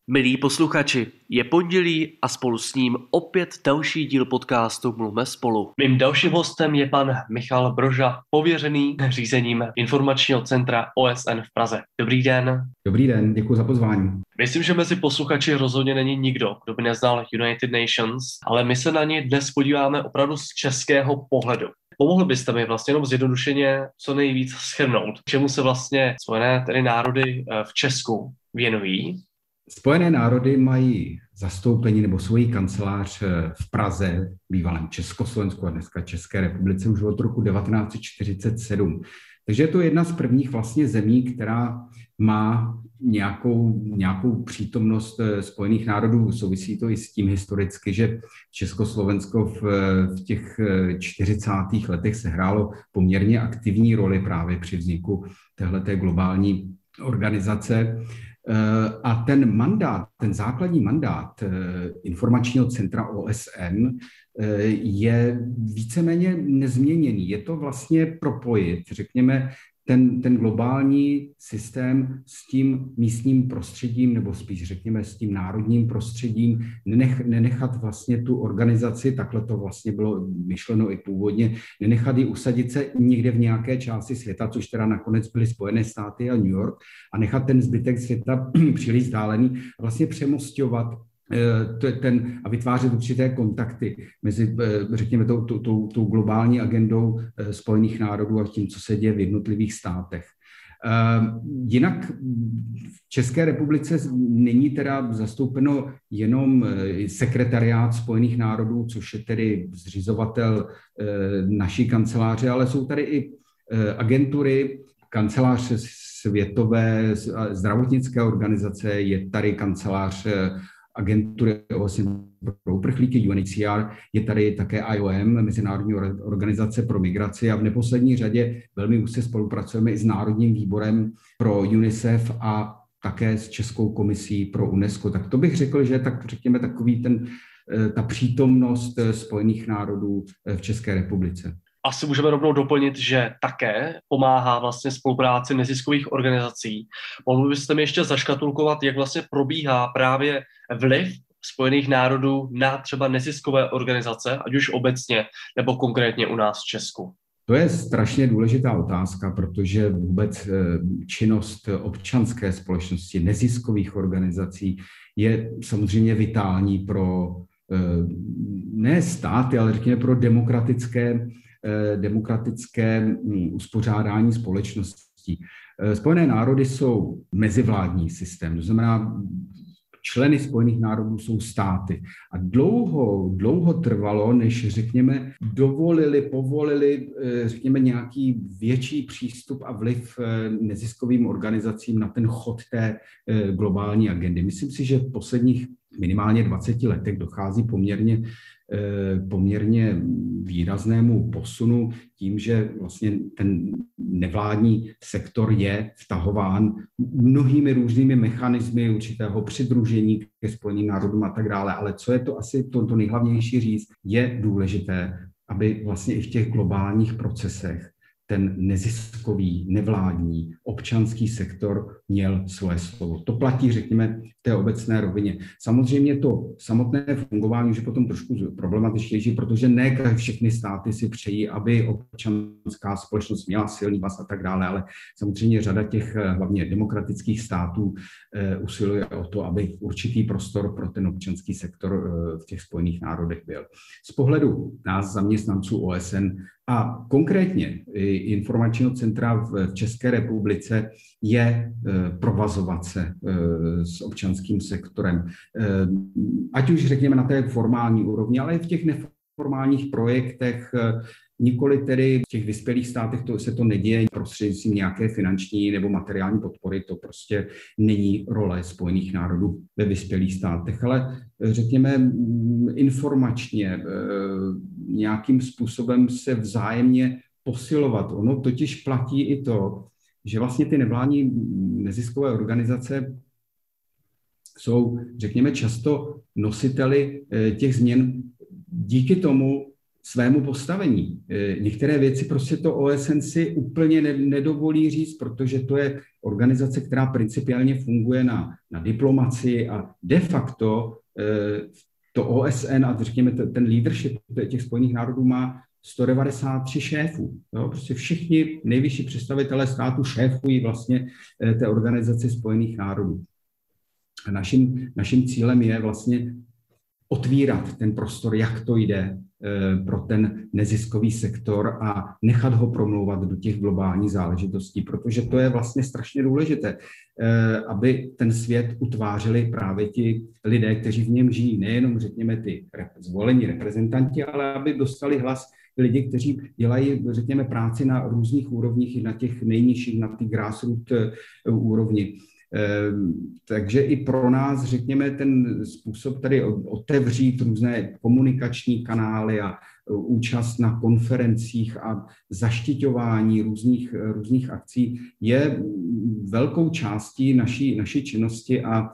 Milí posluchači, je pondělí a spolu s ním opět další díl podcastu Mluvme spolu. Mým dalším hostem je pan Michal Broža, pověřený řízením informačního centra OSN v Praze. Dobrý den. Dobrý den, děkuji za pozvání. Myslím, že mezi posluchači rozhodně není nikdo, kdo by neznal United Nations, ale my se na ně dnes podíváme opravdu z českého pohledu. Pomohli byste mi vlastně jenom zjednodušeně co nejvíc shrnout, čemu se vlastně Spojené tedy národy v Česku věnují? Spojené národy mají zastoupení nebo svoji kancelář v Praze, bývalém Československu a dneska České republice už od roku 1947. Takže je to jedna z prvních vlastně zemí, která má nějakou přítomnost Spojených národů. Souvisí to i s tím historicky, že Československo v těch 40. letech sehrálo poměrně aktivní roli právě při vzniku téhleté globální organizace. A ten základní mandát informačního centra OSN je víceméně nezměněný. Je to vlastně propojit, řekněme, ten globální systém s tím místním prostředím, nebo spíš řekněme s tím národním prostředím, nenechat vlastně tu organizaci, takhle to vlastně bylo myšleno i původně, nenechat ji usadit se někde v nějaké části světa, což teda nakonec byly Spojené státy a New York, a nechat ten zbytek světa příliš vzdálený a vlastně přemosťovat a vytvářet určité kontakty mezi, řekněme, tou globální agendou Spojených národů a tím, co se děje v jednotlivých státech. Jinak v České republice není teda zastoupeno jenom sekretariát Spojených národů, což je tedy zřizovatel naší kanceláře, ale jsou tady i agentury, kancelář Světové zdravotnické organizace, je tady kancelář agentury OSN pro uprchlíky UNHCR, je tady také IOM, Mezinárodní organizace pro migraci, a v neposlední řadě velmi úzce spolupracujeme i s Národním výborem pro UNICEF a také s Českou komisí pro UNESCO. Tak to bych řekl, že je tak, řekněme, ta přítomnost Spojených národů v České republice. Asi můžeme rovnou doplnit, že také pomáhá vlastně spolupráci neziskových organizací. Mohl byste mi ještě zaškatulkovat, jak vlastně probíhá právě vliv Spojených národů na třeba neziskové organizace, ať už obecně nebo konkrétně u nás v Česku? To je strašně důležitá otázka, protože vůbec činnost občanské společnosti, neziskových organizací je samozřejmě vitální pro ne státy, ale řekněme pro demokratické uspořádání společností. Spojené národy jsou mezivládní systém, to znamená, členy Spojených národů jsou státy. A dlouho trvalo, než, řekněme, povolili, řekněme, nějaký větší přístup a vliv neziskovým organizacím na ten chod té globální agendy. Myslím si, že v posledních minimálně 20 letech dochází poměrně výraznému posunu tím, že vlastně ten nevládní sektor je vtahován mnohými různými mechanismy určitého přidružení ke Spojeným národům a tak dále. Ale co je to asi to nejhlavnější říct, je důležité, aby vlastně i v těch globálních procesech ten neziskový, nevládní, občanský sektor měl svoje slovo. To platí, řekněme, v té obecné rovině. Samozřejmě to samotné fungování už je potom trošku problematičtější, protože ne všechny státy si přejí, aby občanská společnost měla silný hlas a tak dále, ale samozřejmě řada těch hlavně demokratických států usiluje o to, aby určitý prostor pro ten občanský sektor v těch Spojených národech byl. Z pohledu nás, zaměstnanců OSN, a konkrétně informačního centra v České republice je provazovat se s občanským sektorem. Ať už řekněme na té formální úrovni, ale i v těch neformálních projektech, nikoli tedy v těch vyspělých státech se to neděje prostřednictvím nějaké finanční nebo materiální podpory, to prostě není role Spojených národů ve vyspělých státech, ale řekněme informačně nějakým způsobem se vzájemně posilovat. Ono totiž platí i to, že vlastně ty nevládní neziskové organizace jsou, řekněme, často nositeli těch změn díky tomu, svému postavení. Některé věci prostě to OSN si úplně nedovolí říct, protože to je organizace, která principiálně funguje na diplomacii a de facto to OSN a řekněme ten leadership těch Spojených národů má 193 šéfů. Jo? Prostě všichni nejvyšší představitelé státu šéfují vlastně té organizaci Spojených národů. Naším cílem je vlastně otvírat ten prostor, jak to jde pro ten neziskový sektor a nechat ho promlouvat do těch globálních záležitostí, protože to je vlastně strašně důležité, aby ten svět utvářeli právě ti lidé, kteří v něm žijí, nejenom řekněme ty zvolení reprezentanti, ale aby dostali hlas lidi, kteří dělají, řekněme, práci na různých úrovních, i na těch nejnižších, na ty grassroots úrovni. Takže i pro nás, řekněme, ten způsob tady otevřít různé komunikační kanály a účast na konferencích a zaštiťování různých akcí je velkou částí naší činnosti a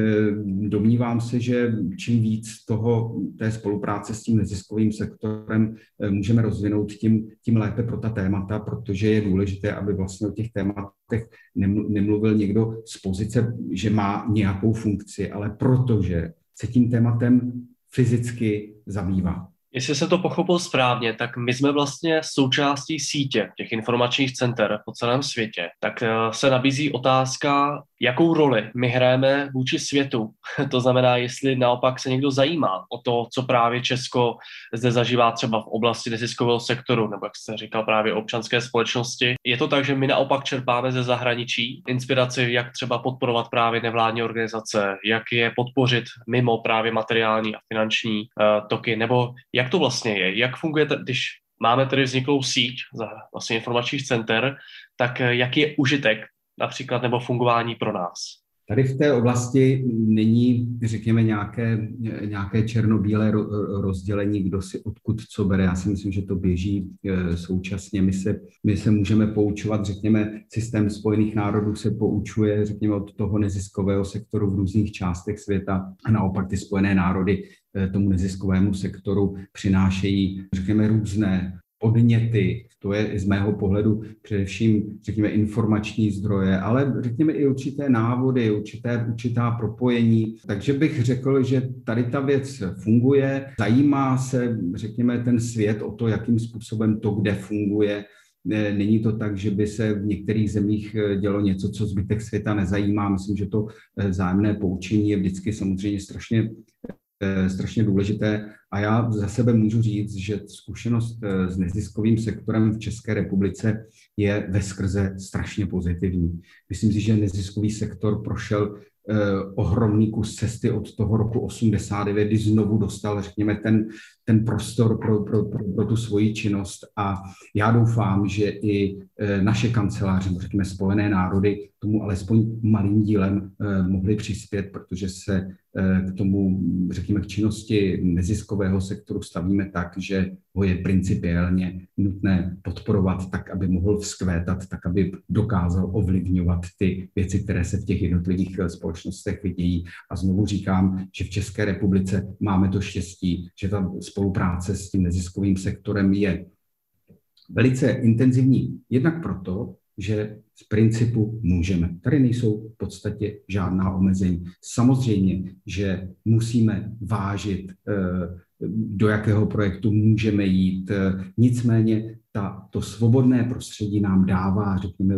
domnívám se, že čím víc té spolupráce s tím neziskovým sektorem můžeme rozvinout, tím lépe pro ta témata, protože je důležité, aby vlastně o těch tématech nemluvil někdo z pozice, že má nějakou funkci, ale protože se tím tématem fyzicky zabývá. Jestli jsem to pochopil správně, tak my jsme vlastně součástí sítě těch informačních center po celém světě. Tak se nabízí otázka, jakou roli my hrajeme vůči světu. To znamená, jestli naopak se někdo zajímá o to, co právě Česko zde zažívá třeba v oblasti neziskového sektoru, nebo jak jste říkal, právě občanské společnosti. Je to tak, že my naopak čerpáme ze zahraničí inspiraci, jak třeba podporovat právě nevládní organizace, jak je podpořit mimo právě materiální a finanční toky, nebo jak to vlastně je, jak funguje, když máme tedy vzniklou síť za vlastně informačních center, tak jaký je užitek například nebo fungování pro nás? Tady v té oblasti není, řekněme, nějaké černobílé rozdělení, kdo si odkud co bere. Já si myslím, že to běží současně. My se můžeme poučovat, řekněme, systém Spojených národů se poučuje, řekněme, od toho neziskového sektoru v různých částech světa a naopak ty Spojené národy tomu neziskovému sektoru přinášejí, řekněme, různé podněty. To je z mého pohledu především, řekněme, informační zdroje, ale řekněme i určité návody, určitá propojení. Takže bych řekl, že tady ta věc funguje, zajímá se, řekněme, ten svět o to, jakým způsobem to kde funguje. Není to tak, že by se v některých zemích dělo něco, co zbytek světa nezajímá. Myslím, že to vzájemné poučení je vždycky samozřejmě strašně důležité. A já za sebe můžu říct, že zkušenost s neziskovým sektorem v České republice je veskrze strašně pozitivní. Myslím si, že neziskový sektor prošel ohromný kus cesty od toho roku 89, kdy znovu dostal, řekněme, ten prostor pro tu svoji činnost. A já doufám, že i naše kanceláře, řekněme Spojené národy, tomu alespoň malým dílem mohli přispět, protože se k tomu, řekněme, k činnosti neziskového sektoru stavíme tak, že ho je principiálně nutné podporovat tak, aby mohl vzkvétat, tak, aby dokázal ovlivňovat ty věci, které se v těch jednotlivých společnostech vydějí. A znovu říkám, že v České republice máme to štěstí, že ta spolupráce s tím neziskovým sektorem je velice intenzivní, jednak proto, že z principu můžeme. Tady nejsou v podstatě žádná omezení. Samozřejmě, že musíme vážit, do jakého projektu můžeme jít. Nicméně to svobodné prostředí nám dává, řekněme,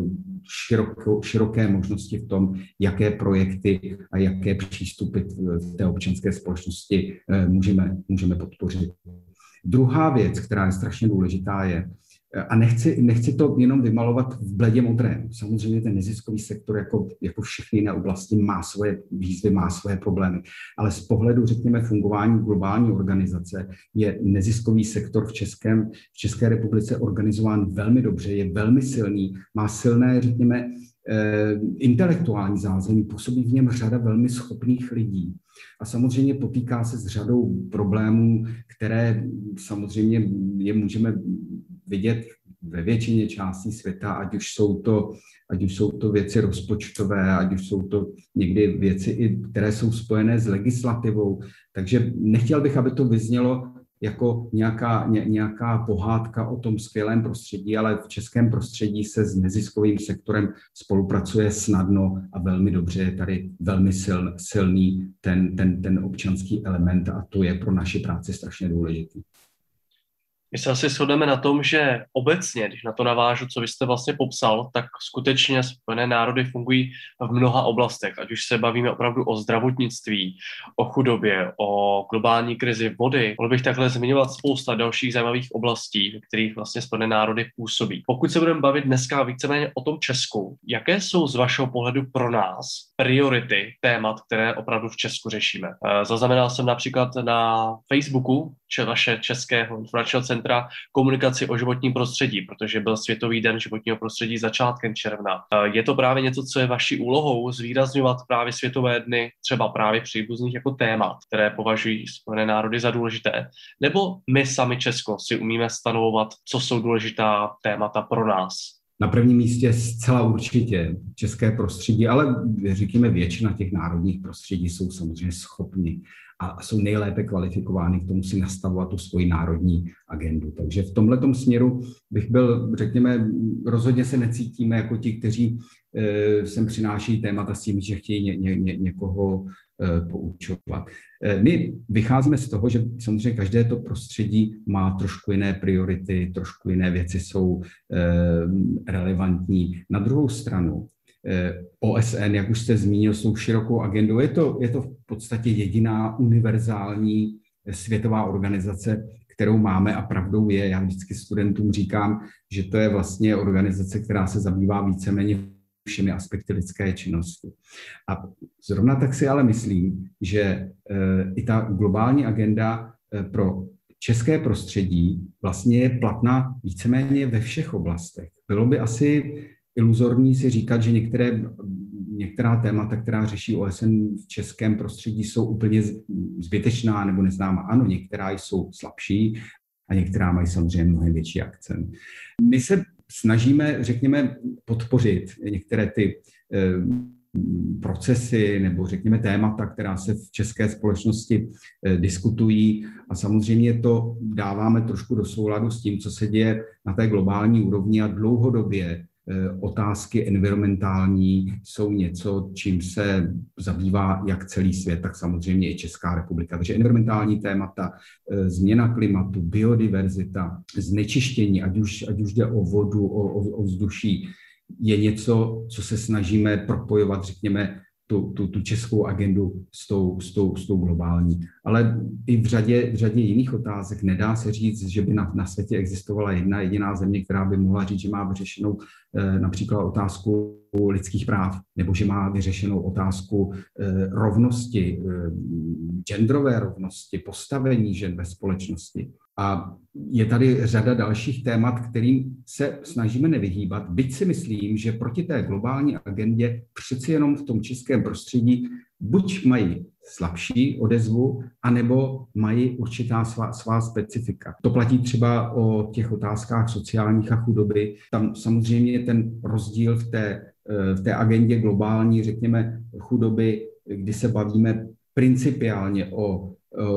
široké možnosti v tom, jaké projekty a jaké přístupy v té občanské společnosti můžeme podpořit. Druhá věc, která je strašně důležitá, je, a nechci to jenom vymalovat v bledě modré. Samozřejmě ten neziskový sektor jako všechny jiné oblasti má svoje výzvy, má svoje problémy. Ale z pohledu, řekněme, fungování globální organizace je neziskový sektor v České republice organizován velmi dobře, je velmi silný, má silné, řekněme, intelektuální zázemí, působí v něm řada velmi schopných lidí. A samozřejmě potýká se s řadou problémů, které samozřejmě je můžeme vidět ve většině částí světa, ať už jsou to věci rozpočtové, ať už jsou to někdy věci, které jsou spojené s legislativou. Takže nechtěl bych, aby to vyznělo jako nějaká pohádka o tom skvělém prostředí, ale v českém prostředí se s neziskovým sektorem spolupracuje snadno a velmi dobře. Je tady velmi silný ten občanský element a to je pro naši práci strašně důležitý. My se asi shodneme na tom, že obecně, když na to navážu, co vy jste vlastně popsal, tak skutečně Spojené národy fungují v mnoha oblastech, ať už se bavíme opravdu o zdravotnictví, o chudobě, o globální krizi vody. Mohl bych takhle zmiňovat spousta dalších zajímavých oblastí, v kterých vlastně Spojené národy působí. Pokud se budeme bavit dneska víceméně o tom Česku, jaké jsou z vašeho pohledu pro nás priority témat, které opravdu v Česku řešíme? Zaznamenal jsem například na Facebooku vaše českého informačního centra komunikaci o životním prostředí, protože byl Světový den životního prostředí začátkem června. Je to právě něco, co je vaší úlohou zvýrazňovat právě světové dny, třeba právě příbuzných jako témat, které považují Spojené národy za důležité, nebo my sami Česko si umíme stanovovat, co jsou důležitá témata pro nás? Na prvním místě zcela určitě české prostředí, ale řekněme většina těch národních prostředí jsou samozřejmě schopni a jsou nejlépe kvalifikovány k tomu si nastavovat tu svoji národní agendu. Takže v tomhletom směru bych byl, řekněme, rozhodně se necítíme jako ti, kteří sem přináší témata s tím, že chtějí někoho poučovat. My vycházíme z toho, že samozřejmě každé to prostředí má trošku jiné priority, trošku jiné věci jsou relevantní. Na druhou stranu OSN, jak už jste zmínil, jsou širokou agendou. Je to v podstatě jediná univerzální světová organizace, kterou máme a pravdou je, já vždycky studentům říkám, že to je vlastně organizace, která se zabývá víceméně všemi aspekty lidské činnosti. A zrovna tak si ale myslím, že i ta globální agenda pro české prostředí vlastně je platná víceméně ve všech oblastech. Bylo by asi iluzorní si říkat, že některá témata, která řeší OSN v českém prostředí, jsou úplně zbytečná nebo neznámá. Ano, některá jsou slabší a některá mají samozřejmě mnohem větší akcent. My se snažíme, řekněme, podpořit některé ty procesy nebo řekněme témata, která se v české společnosti diskutují a samozřejmě to dáváme trošku do souladu s tím, co se děje na té globální úrovni a dlouhodobě otázky environmentální jsou něco, čím se zabývá jak celý svět, tak samozřejmě i Česká republika. Takže environmentální témata, změna klimatu, biodiverzita, znečištění, ať už jde o vodu, o vzduší, je něco, co se snažíme propojovat, řekněme, tu českou agendu s tou globální. Ale i v řadě jiných otázek nedá se říct, že by na světě existovala jedna jediná země, která by mohla říct, že má vyřešenou například otázku lidských práv, nebo že má vyřešenou otázku rovnosti, genderové rovnosti, postavení žen ve společnosti. A je tady řada dalších témat, kterým se snažíme nevyhýbat, byť si myslím, že proti té globální agendě přeci jenom v tom českém prostředí buď mají slabší odezvu, anebo mají určitá svá specifika. To platí třeba o těch otázkách sociálních a chudoby. Tam samozřejmě ten rozdíl v té agendě globální, řekněme, chudoby, kdy se bavíme principiálně o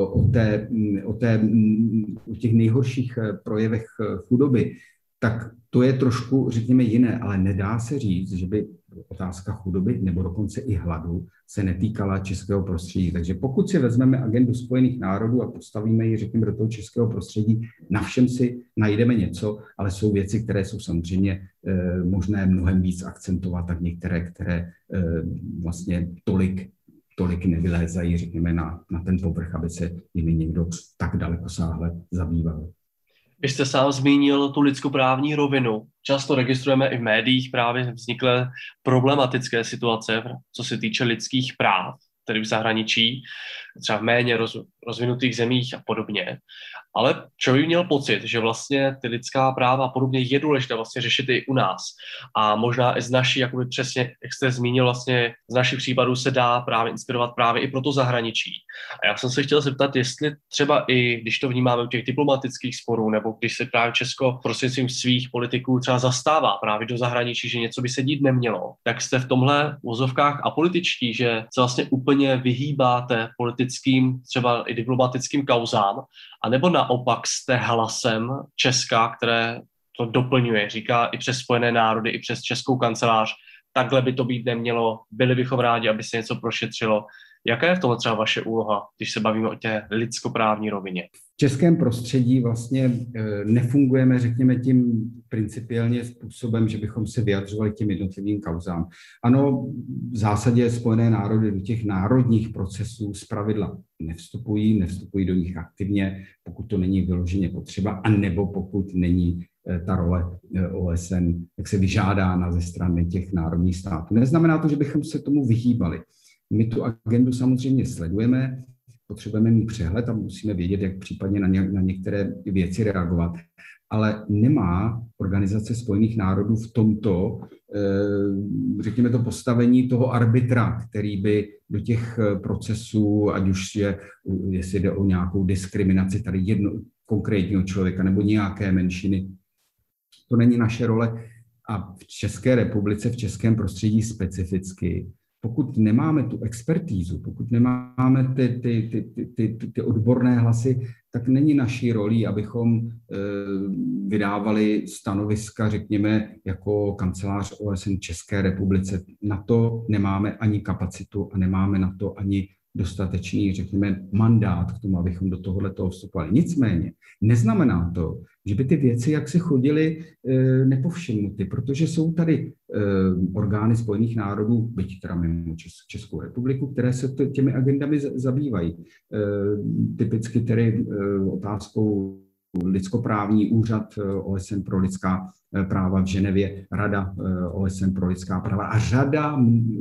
těch nejhorších projevech chudoby, tak to je trošku, řekněme, jiné, ale nedá se říct, že by otázka chudoby nebo dokonce i hladu se netýkala českého prostředí. Takže pokud si vezmeme agendu Spojených národů a postavíme ji, řekněme, do toho českého prostředí, na všem si najdeme něco, ale jsou věci, které jsou samozřejmě možné mnohem víc akcentovat, tak některé, které vlastně tolik nevylézají, řekněme, na ten povrch, aby se jimi někdo tak dalekosáhle zabýval. Vy jste sám zmínil tu lidskoprávní rovinu. Často registrujeme i v médiích právě vzniklé problematické situace, co se týče lidských práv, tedy v zahraničí, třeba v méně rozvinutých zemích a podobně. Ale člověk měl pocit, že vlastně ty lidská práva a podobně je důležité vlastně řešit i u nás. A možná i z naší, jakoby přesně, jak jste zmínil, vlastně z našich případů se dá právě inspirovat právě i pro to zahraničí. A já jsem se chtěl zeptat, jestli třeba i, když to vnímáme u těch diplomatických sporů, nebo když se právě Česko prostřednictvím svých politiků třeba zastává právě do zahraničí, že něco by se dít nemělo, tak jste v tomhle vozovkách apolitičtí, že se vlastně úplně vyhýbáte politickým třeba i diplomatickým kauzám, anebo naopak jste hlasem Česka, které to doplňuje, říká i přes Spojené národy, i přes Českou kancelář, takhle by to být nemělo, byli bychom rádi, aby se něco prošetřilo. Jaká je v tom třeba vaše úloha, když se bavíme o té lidskoprávní rovině? V českém prostředí vlastně nefungujeme, řekněme, tím principiálně způsobem, že bychom se vyjadřovali k těm jednotlivým kauzám. Ano, v zásadě Spojené národy do těch národních procesů zpravidla nevstupují do nich aktivně, pokud to není vyloženě potřeba, anebo pokud není ta role OSN, jak se vyžádána ze strany těch národních států. Neznamená to, že bychom se tomu vyhýbali. My tu agendu samozřejmě sledujeme, potřebujeme mít přehled a musíme vědět, jak případně na některé věci reagovat. Ale nemá Organizace spojených národů v tomto, řekněme to, postavení toho arbitra, který by do těch procesů, ať už jestli jde o nějakou diskriminaci tady konkrétního člověka nebo nějaké menšiny, to není naše role. A v České republice, v českém prostředí specificky, pokud nemáme tu expertízu, pokud nemáme ty odborné hlasy, tak není naší rolí, abychom vydávali stanoviska, řekněme, jako kancelář OSN České republice. Na to nemáme ani kapacitu a nemáme na to ani dostatečný, řekněme, mandát k tomu, abychom do tohoto vstupovali. Nicméně neznamená to, že by ty věci, jak se chodily, nepovšimnuty, protože jsou tady orgány Spojených národů, byť teda mimo Českou republiku, které se těmi agendami zabývají. Typicky tedy otázkou lidskoprávní úřad OSN pro lidská práva v Ženevě, Rada OSN pro lidská práva a řada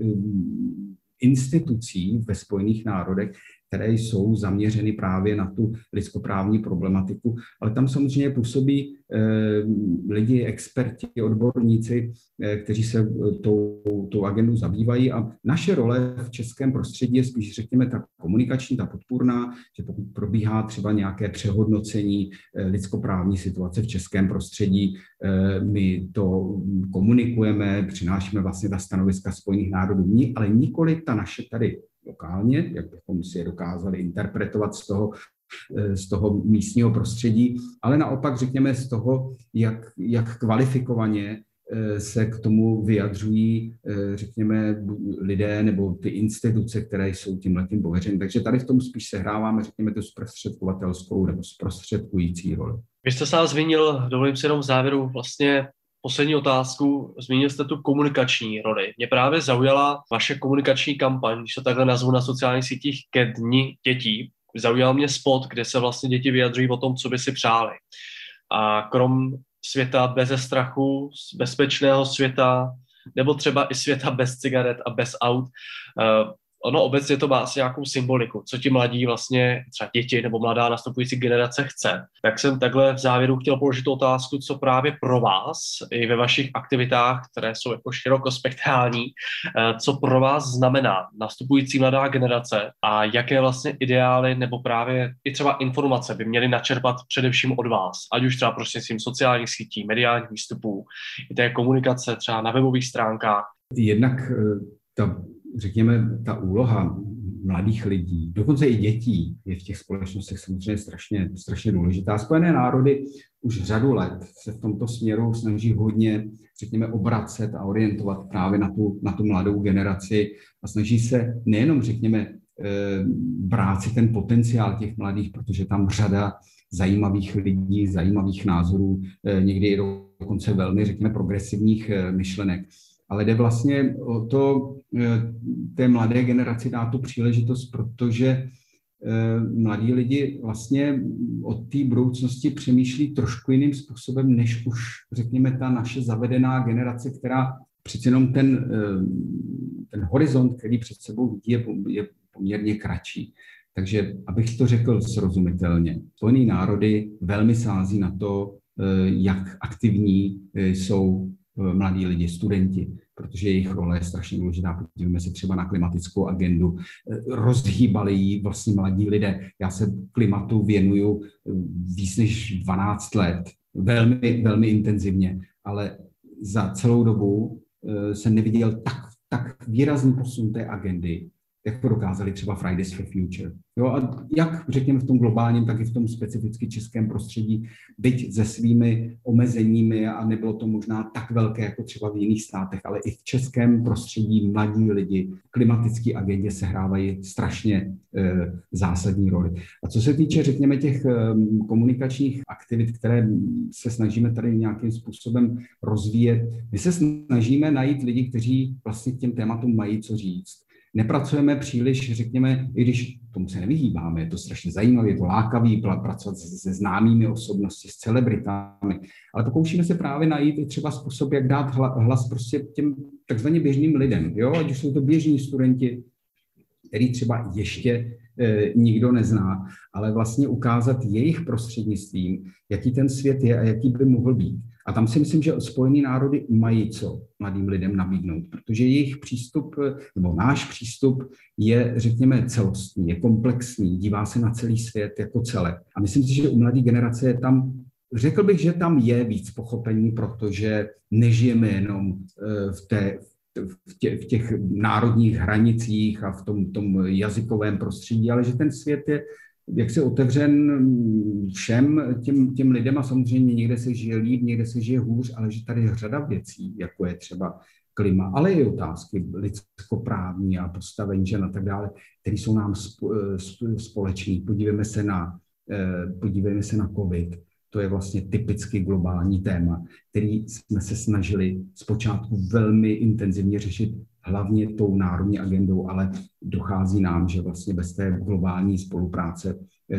institucí ve Spojených národech, které jsou zaměřeny právě na tu lidskoprávní problematiku, ale tam samozřejmě působí lidi, experti, odborníci, kteří se tou agendou zabývají a naše role v českém prostředí je spíš, řekněme, ta komunikační, ta podpůrná, že pokud probíhá třeba nějaké přehodnocení lidskoprávní situace v českém prostředí, my to komunikujeme, přinášíme vlastně ta stanoviska Spojených národů, ale nikoli ta naše tady lokálně, jak bychom si je dokázali interpretovat z toho místního prostředí, ale naopak, řekněme, z toho, jak kvalifikovaně se k tomu vyjadřují, řekněme, lidé nebo ty instituce, které jsou tímhletím pověřeny. Takže tady v tom spíš sehráváme, řekněme, tu zprostředkovatelskou nebo zprostředkující roli. Vy jste se zmínil, dovolím si jenom v závěru vlastně poslední otázku, zmínil jste tu komunikační roli. Mě právě zaujala vaše komunikační kampaň, když to takhle nazvu na sociálních sítích ke Dni dětí. Zaujal mě spot, kde se vlastně děti vyjadřují o tom, co by si přáli. A krom světa beze strachu, bezpečného světa, nebo třeba i světa bez cigaret a bez aut, ono obecně to má asi nějakou symboliku, co ti mladí vlastně, třeba děti nebo mladá nastupující generace chce. Tak jsem takhle v závěru chtěl položit otázku, co právě pro vás i ve vašich aktivitách, které jsou jako širokospektrální, co pro vás znamená nastupující mladá generace a jaké vlastně ideály nebo právě i třeba informace by měly načerpat především od vás, ať už třeba prostřednictvím sociálních sítí, mediálních výstupů, i té komunikace třeba na webových stránkách. Jednak řekněme, ta úloha mladých lidí, dokonce i dětí, je v těch společnostech samozřejmě strašně důležitá. Spojené národy už řadu let se v tomto směru snaží hodně, řekněme, obracet a orientovat právě na tu mladou generaci a snaží se nejenom, řekněme, brát si ten potenciál těch mladých, protože tam řada zajímavých lidí, zajímavých názorů, někdy i dokonce velmi, řekněme, progresivních myšlenek. Ale jde vlastně o to té mladé generaci dát tu příležitost, protože mladí lidi vlastně od té budoucnosti přemýšlí trošku jiným způsobem, než už, řekněme, ta naše zavedená generace, která přece jenom ten horizont, který před sebou vidí, je poměrně kratší. Takže, abych to řekl srozumitelně, Spojené národy velmi sází na to, jak aktivní jsou mladí lidi, studenti, protože jejich role je strašně důležitá. Podívejme se třeba na klimatickou agendu. Rozhýbali ji vlastně mladí lidé. Já se klimatu věnuju víc než 12 let, velmi, velmi intenzivně, ale za celou dobu jsem neviděl tak výrazný posun té agendy jako dokázali třeba Fridays for Future. Jo, a jak řekněme v tom globálním, tak i v tom specificky českém prostředí, byť se svými omezeními a nebylo to možná tak velké jako třeba v jiných státech, ale i v českém prostředí mladí lidi v klimatické agendě sehrávají strašně zásadní roli. A co se týče, řekněme, těch komunikačních aktivit, které se snažíme tady nějakým způsobem rozvíjet, my se snažíme najít lidi, kteří vlastně k těm tématům mají co říct. Nepracujeme příliš, řekněme, i když tomu se nevyhýbáme, je to strašně zajímavé, je to lákavý pracovat se známými osobnostmi, s celebritami, ale pokoušíme se právě najít i třeba způsob, jak dát hlas prostě těm takzvaně běžným lidem, jo? Ať už jsou to běžní studenti, který třeba ještě nikdo nezná, ale vlastně ukázat jejich prostřednictvím, jaký ten svět je a jaký by mohl být. A tam si myslím, že Spojené národy mají co mladým lidem nabídnout, protože jejich přístup, nebo náš přístup je, řekněme, celostní, je komplexní, dívá se na celý svět jako celek. A myslím si, že u mladé generace je tam, řekl bych, že tam je víc pochopení, protože nežijeme jenom v těch národních hranicích a v tom jazykovém prostředí, ale že ten svět je jaksi otevřen všem těm lidem a samozřejmě někde se žije líp, někde se žije hůř, ale že tady je řada věcí, jako je třeba klima, ale i otázky lidskoprávní a postavení žen a tak dále, které jsou nám společné. Podívejme se na COVID. To je vlastně typicky globální téma, který jsme se snažili zpočátku velmi intenzivně řešit, hlavně tou národní agendou, ale dochází nám, že vlastně bez té globální spolupráce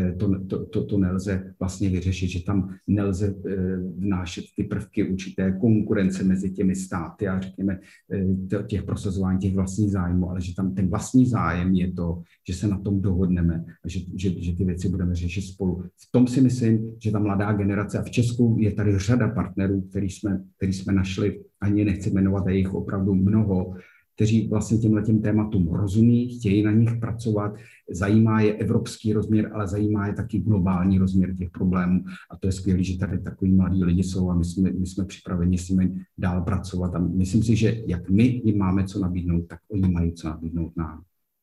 to nelze vlastně vyřešit, že tam nelze vnášet ty prvky určité konkurence mezi těmi státy a řekněme těch prosazování těch vlastních zájmů, ale že tam ten vlastní zájem je to, že se na tom dohodneme a že ty věci budeme řešit spolu. V tom si myslím, že ta mladá generace, a v Česku je tady řada partnerů, který jsme našli, ani nechci jmenovat, a jich opravdu mnoho, kteří vlastně těmhletěm tématům rozumí, chtějí na nich pracovat, zajímá je evropský rozměr, ale zajímá je taky globální rozměr těch problémů. A to je skvělé, že tady takový mladí lidi jsou a my jsme připraveni s nimi dál pracovat. A myslím si, že jak my jim máme co nabídnout, tak oni mají co nabídnout nám.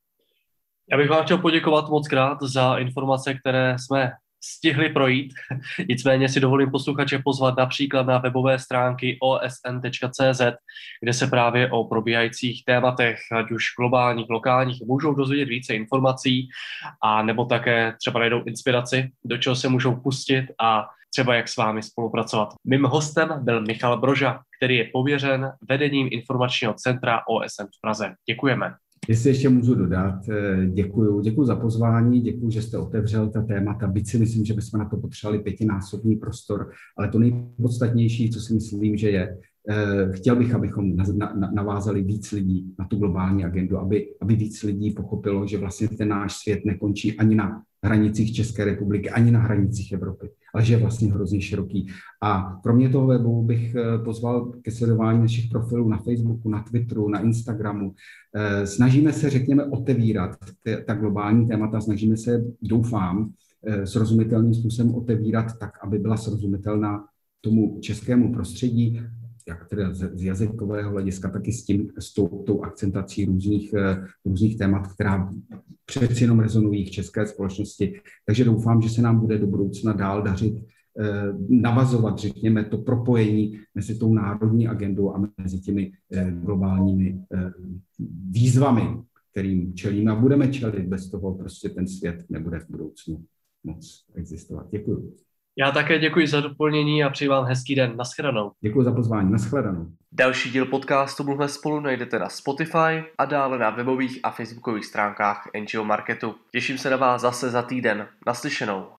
Já bych vám chtěl poděkovat moc krát za informace, které jsme stihli projít. Nicméně si dovolím posluchače pozvat například na webové stránky osn.cz, kde se právě o probíhajících tématech, ať už globálních, lokálních, můžou dozvědět více informací a nebo také třeba najdou inspiraci, do čeho se můžou pustit a třeba jak s vámi spolupracovat. Mým hostem byl Michal Broža, který je pověřen vedením informačního centra OSN v Praze. Děkujeme. Jestli ještě můžu dodat, děkuji za pozvání, děkuji, že jste otevřel ta témata, byť si myslím, že bychom na to potřebovali 5násobný prostor, ale to nejpodstatnější, co si myslím, že je, chtěl bych, abychom navázali víc lidí na tu globální agendu, aby víc lidí pochopilo, že vlastně ten náš svět nekončí ani na hranicích České republiky, ani na hranicích Evropy, ale že je vlastně hrozně široký. A kromě toho webu bych pozval ke sledování našich profilů na Facebooku, na Twitteru, na Instagramu. Snažíme se, řekněme, otevírat ta globální témata, snažíme se, doufám, srozumitelným způsobem otevírat tak, aby byla srozumitelná tomu českému prostředí, jak teda z jazykového hlediska, taky s tou akcentací různých témat, která přeci jenom rezonují v české společnosti. Takže doufám, že se nám bude do budoucna dál dařit navazovat, řekněme, to propojení mezi tou národní agendou a mezi těmi globálními výzvami, kterým čelíme a budeme čelit. Bez toho prostě ten svět nebude v budoucnu moc existovat. Děkuji. Já také děkuji za doplnění a přeji vám hezký den. Naschledanou. Děkuji za pozvání. Naschledanou. Další díl podcastu Mluvme spolu najdete na Spotify a dále na webových a facebookových stránkách NGO Marketu. Těším se na vás zase za týden. Naslyšenou.